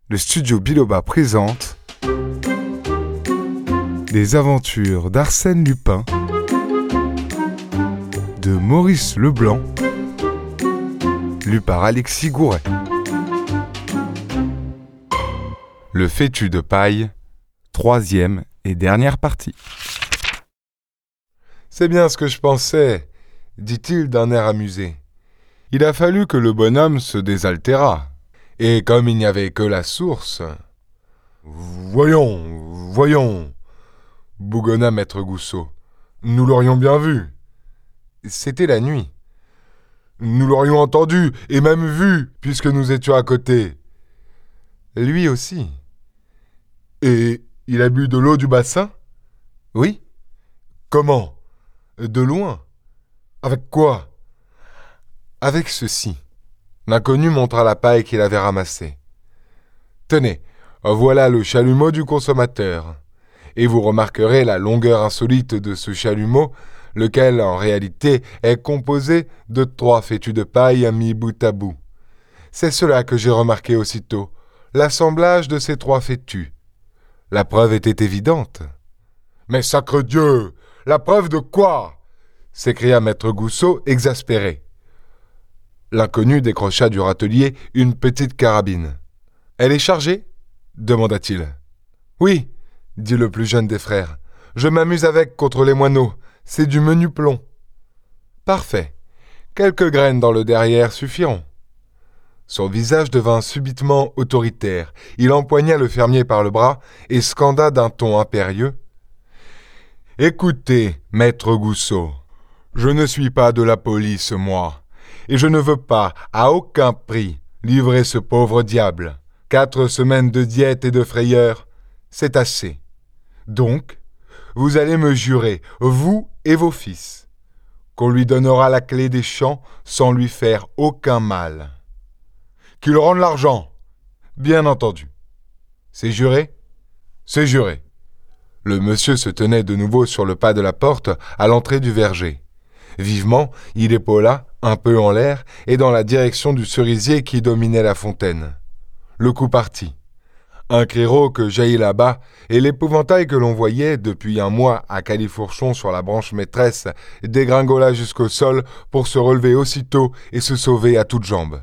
le studio Biloba présente Les aventures d'Arsène Lupin de Maurice Leblanc, lu par Alexis Gouret. Le fétu de paille, 3e et dernière partie. C'est bien ce que je pensais, dit-il d'un air amusé. Il a fallu que le bonhomme se désaltérât. Et comme il n'y avait que la source... Voyons, bougonna maître Goussot. Nous l'aurions bien vu. C'était la nuit. Nous l'aurions entendu, et même vu, puisque nous étions à côté. Lui aussi. Et il a bu de l'eau du bassin ? Oui. Comment ? De loin. Avec quoi ? Avec ceci. L'inconnu montra la paille qu'il avait ramassée. Tenez, voilà le chalumeau du consommateur. Et vous remarquerez la longueur insolite de ce chalumeau, lequel en réalité est composé de 3 fétus de paille mis bout à bout. C'est cela que j'ai remarqué aussitôt, l'assemblage de ces 3 fétus. La preuve était évidente. Mais sacre Dieu, la preuve de quoi ? S'écria maître Goussot, exaspéré. L'inconnu décrocha du râtelier une petite carabine. « Elle est chargée ?» demanda-t-il. « Oui, » dit le plus jeune des frères. « Je m'amuse avec contre les moineaux. C'est du menu plomb. »« Parfait. Quelques graines dans le derrière suffiront. » Son visage devint subitement autoritaire. Il empoigna le fermier par le bras et scanda d'un ton impérieux. « Écoutez, maître Goussot, je ne suis pas de la police, moi. Et je ne veux pas, à aucun prix, livrer ce pauvre diable. 4 semaines de diète et de frayeur, c'est assez. Donc, vous allez me jurer, vous et vos fils, qu'on lui donnera la clé des champs sans lui faire aucun mal. Qu'il rende l'argent, bien entendu. C'est juré ? C'est juré. Le monsieur se tenait de nouveau sur le pas de la porte à l'entrée du verger. Vivement, il épaula, un peu en l'air, et dans la direction du cerisier qui dominait la fontaine. Le coup partit. Un cri rauque jaillit là-bas, et l'épouvantail que l'on voyait depuis un mois à califourchon sur la branche maîtresse dégringola jusqu'au sol pour se relever aussitôt et se sauver à toutes jambes.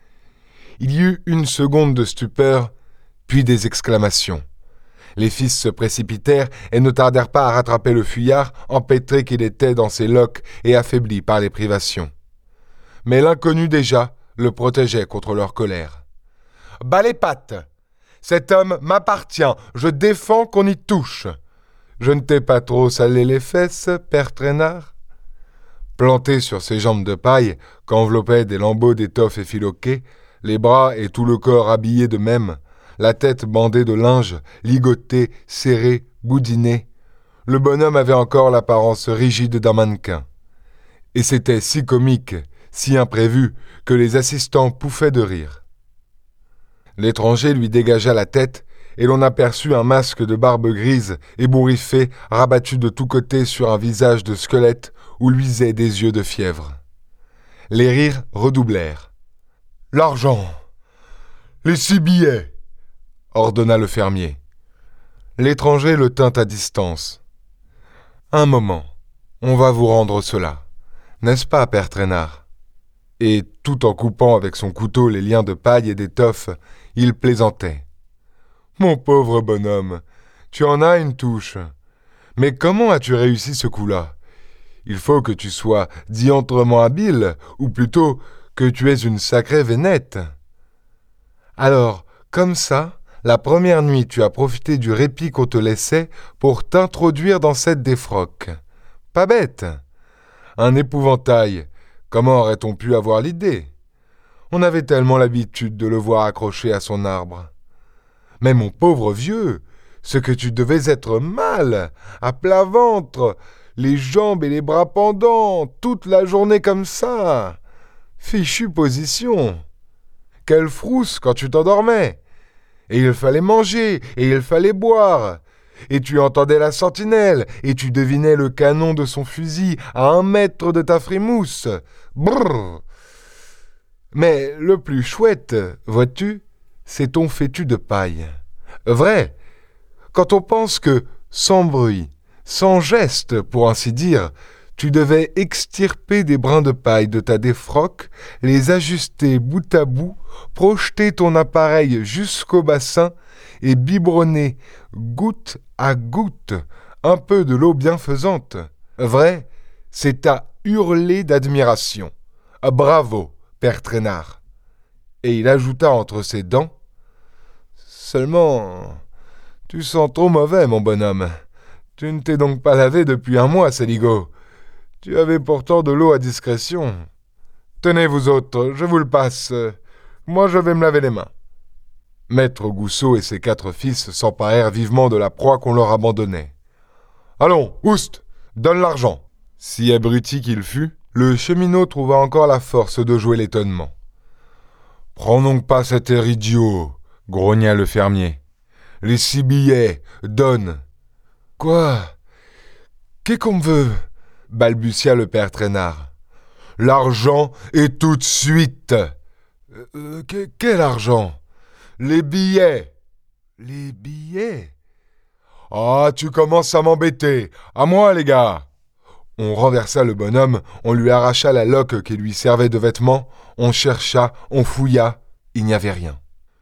Il y eut une seconde de stupeur, puis des exclamations. Les fils se précipitèrent et ne tardèrent pas à rattraper le fuyard, empêtré qu'il était dans ses loques et affaibli par les privations. Mais l'inconnu déjà le protégeait contre leur colère. « Bas les pattes ! Cet homme m'appartient, je défends qu'on y touche. Je ne t'ai pas trop salé les fesses, père traînard ?» Planté sur ses jambes de paille, qu'enveloppaient des lambeaux d'étoffe effiloqués, les bras et tout le corps habillés de même, la tête bandée de linge, ligotée, serrée, boudinée, le bonhomme avait encore l'apparence rigide d'un mannequin. Et c'était si comique, si imprévu, que les assistants pouffaient de rire. L'étranger lui dégagea la tête, et l'on aperçut un masque de barbe grise, ébouriffé, rabattu de tous côtés sur un visage de squelette où luisaient des yeux de fièvre. Les rires redoublèrent. « L'argent ! Les 6 billets !» ordonna le fermier. L'étranger le tint à distance. « Un moment, on va vous rendre cela, n'est-ce pas, père traînard ?» Et, tout en coupant avec son couteau les liens de paille et d'étoffe, il plaisantait. « Mon pauvre bonhomme, tu en as une touche. Mais comment as-tu réussi ce coup-là ? Il faut que tu sois diantrement habile, ou plutôt que tu aies une sacrée vénette. Alors, comme ça, la première nuit, tu as profité du répit qu'on te laissait pour t'introduire dans cette défroque. Pas bête. Un épouvantail. Comment aurait-on pu avoir l'idée ? On avait tellement l'habitude de le voir accroché à son arbre. Mais mon pauvre vieux, ce que tu devais être mal, à plat ventre, les jambes et les bras pendants, toute la journée comme ça. Fichue position. Quelle frousse quand tu t'endormais. Et il fallait manger, et il fallait boire. Et tu entendais la sentinelle, et tu devinais le canon de son fusil à 1 mètre de ta frimousse. Brrr ! Mais le plus chouette, vois-tu, c'est ton fétu de paille. Vrai, quand on pense que, sans bruit, sans geste, pour ainsi dire, tu devais extirper des brins de paille de ta défroque, les ajuster bout à bout, projeter ton appareil jusqu'au bassin et biberonner, goutte à goutte, un peu de l'eau bienfaisante. Vrai, c'est à hurler d'admiration. Bravo, père Traînard. Et il ajouta entre ses dents, seulement, tu sens trop mauvais, mon bonhomme. Tu ne t'es donc pas lavé depuis 1 mois, Saligaud. Tu avais pourtant de l'eau à discrétion. Tenez, vous autres, je vous le passe. Moi, je vais me laver les mains. Maître Goussot et ses 4 fils s'emparèrent vivement de la proie qu'on leur abandonnait. Allons, oust, donne l'argent. Si abruti qu'il fût, le cheminot trouva encore la force de jouer l'étonnement. Prends donc pas cet air idiot, grogna le fermier. Les 6 billets, donne. Quoi? Qu'est-ce qu'on me veut? Balbutia le père Traînard. L'argent et tout de suite. Quel argent? Les billets. Les billets? Ah, tu commences à m'embêter. À moi, les gars. On renversa le bonhomme, on lui arracha la loque qui lui servait de vêtement, on chercha, on fouilla, il n'y avait rien.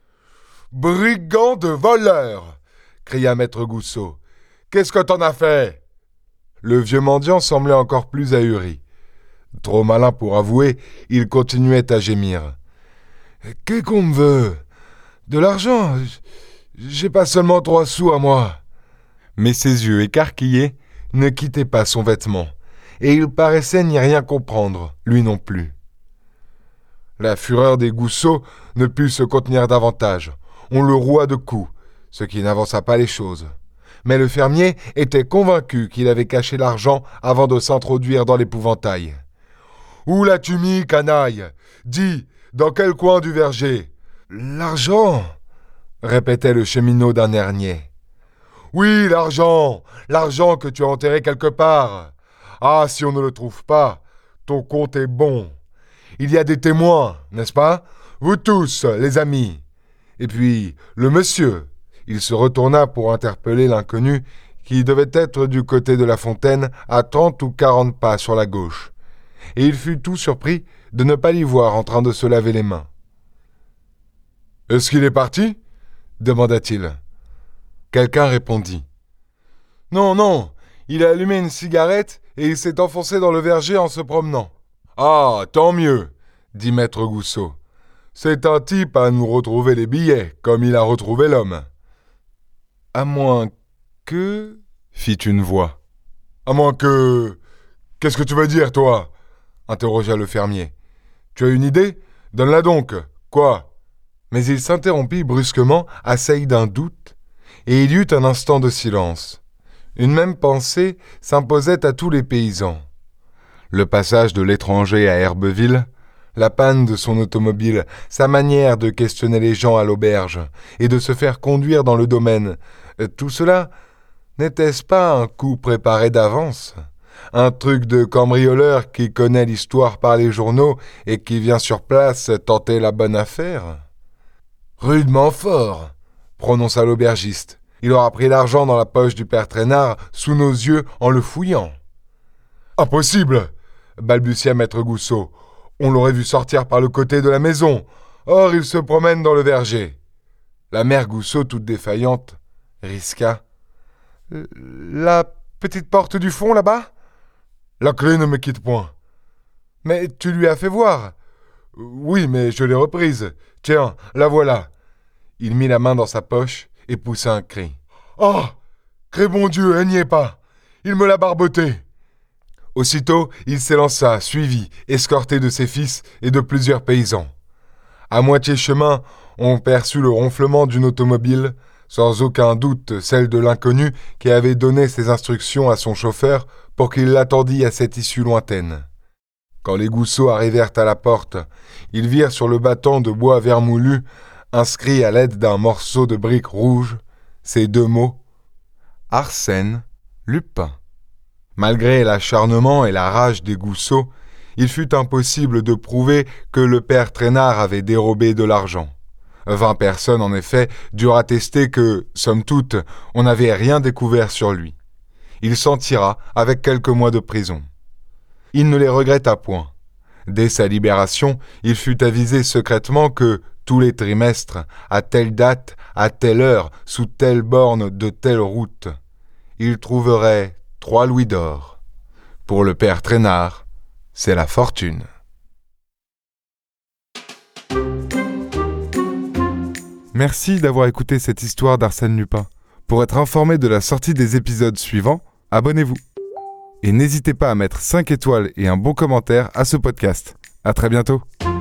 Brigand de voleur! Cria maître Goussot. Qu'est-ce que t'en as fait? Le vieux mendiant semblait encore plus ahuri. Trop malin pour avouer, il continuait à gémir. Qu'est-ce qu'on me veut? De l'argent? J'ai pas seulement 3 sous à moi. Mais ses yeux écarquillés ne quittaient pas son vêtement, et il paraissait n'y rien comprendre, lui non plus. La fureur des Goussots ne put se contenir davantage. On le roua de coups, ce qui n'avança pas les choses. Mais le fermier était convaincu qu'il avait caché l'argent avant de s'introduire dans l'épouvantail. « Où l'as-tu mis, canaille? Dis, dans quel coin du verger? »« L'argent » répétait le cheminot d'un air niais. « Oui, l'argent que tu as enterré quelque part. Ah, si on ne le trouve pas, ton compte est bon. Il y a des témoins, n'est-ce pas? Vous tous, les amis. Et puis, le monsieur. » Il se retourna pour interpeller l'inconnu qui devait être du côté de la fontaine à 30 ou 40 pas sur la gauche. Et il fut tout surpris de ne pas l'y voir en train de se laver les mains. « Est-ce qu'il est parti ?» demanda-t-il. Quelqu'un répondit. « Non, il a allumé une cigarette et il s'est enfoncé dans le verger en se promenant. »« Ah, tant mieux, dit maître Goussot. C'est un type à nous retrouver les billets, comme il a retrouvé l'homme. » « À moins que... » fit une voix. « À moins que... Qu'est-ce que tu veux dire, toi ?» interrogea le fermier. « Tu as une idée? Donne-la donc. Quoi ?» Mais il s'interrompit brusquement, assailli d'un doute, et il y eut un instant de silence. Une même pensée s'imposait à tous les paysans. Le passage de l'étranger à Herbeville, la panne de son automobile, sa manière de questionner les gens à l'auberge et de se faire conduire dans le domaine, tout cela, n'était-ce pas un coup préparé d'avance? Un truc de cambrioleur qui connaît l'histoire par les journaux et qui vient sur place tenter la bonne affaire? Rudement fort, prononça l'aubergiste. Il aura pris l'argent dans la poche du père Traînard sous nos yeux en le fouillant. Impossible, balbutia maître Goussot. On l'aurait vu sortir par le côté de la maison. Or, il se promène dans le verger. La mère Goussot, toute défaillante, risqua. La petite porte du fond, là-bas? La clé ne me quitte point. Mais tu lui as fait voir. Oui, mais je l'ai reprise. Tiens, la voilà. Il mit la main dans sa poche et poussa un cri. Ah! Cré bon Dieu, elle n'y est pas. Il me l'a barboté. Aussitôt, il s'élança, suivi, escorté de ses fils et de plusieurs paysans. À moitié chemin, on perçut le ronflement d'une automobile, sans aucun doute celle de l'inconnu qui avait donné ses instructions à son chauffeur pour qu'il l'attendît à cette issue lointaine. Quand les Goussots arrivèrent à la porte, ils virent sur le battant de bois vermoulu, inscrit à l'aide d'un morceau de brique rouge, ces 2 mots « Arsène Lupin ». Malgré l'acharnement et la rage des Goussots, il fut impossible de prouver que le père Traînard avait dérobé de l'argent. 20 personnes, en effet, durent attester que, somme toute, on n'avait rien découvert sur lui. Il s'en tira avec quelques mois de prison. Il ne les regretta point. Dès sa libération, il fut avisé secrètement que, tous les trimestres, à telle date, à telle heure, sous telle borne, de telle route, il trouverait 3 louis d'or. Pour le père Traînard, c'est la fortune. Merci d'avoir écouté cette histoire d'Arsène Lupin. Pour être informé de la sortie des épisodes suivants, abonnez-vous. Et n'hésitez pas à mettre 5 étoiles et un bon commentaire à ce podcast. À très bientôt.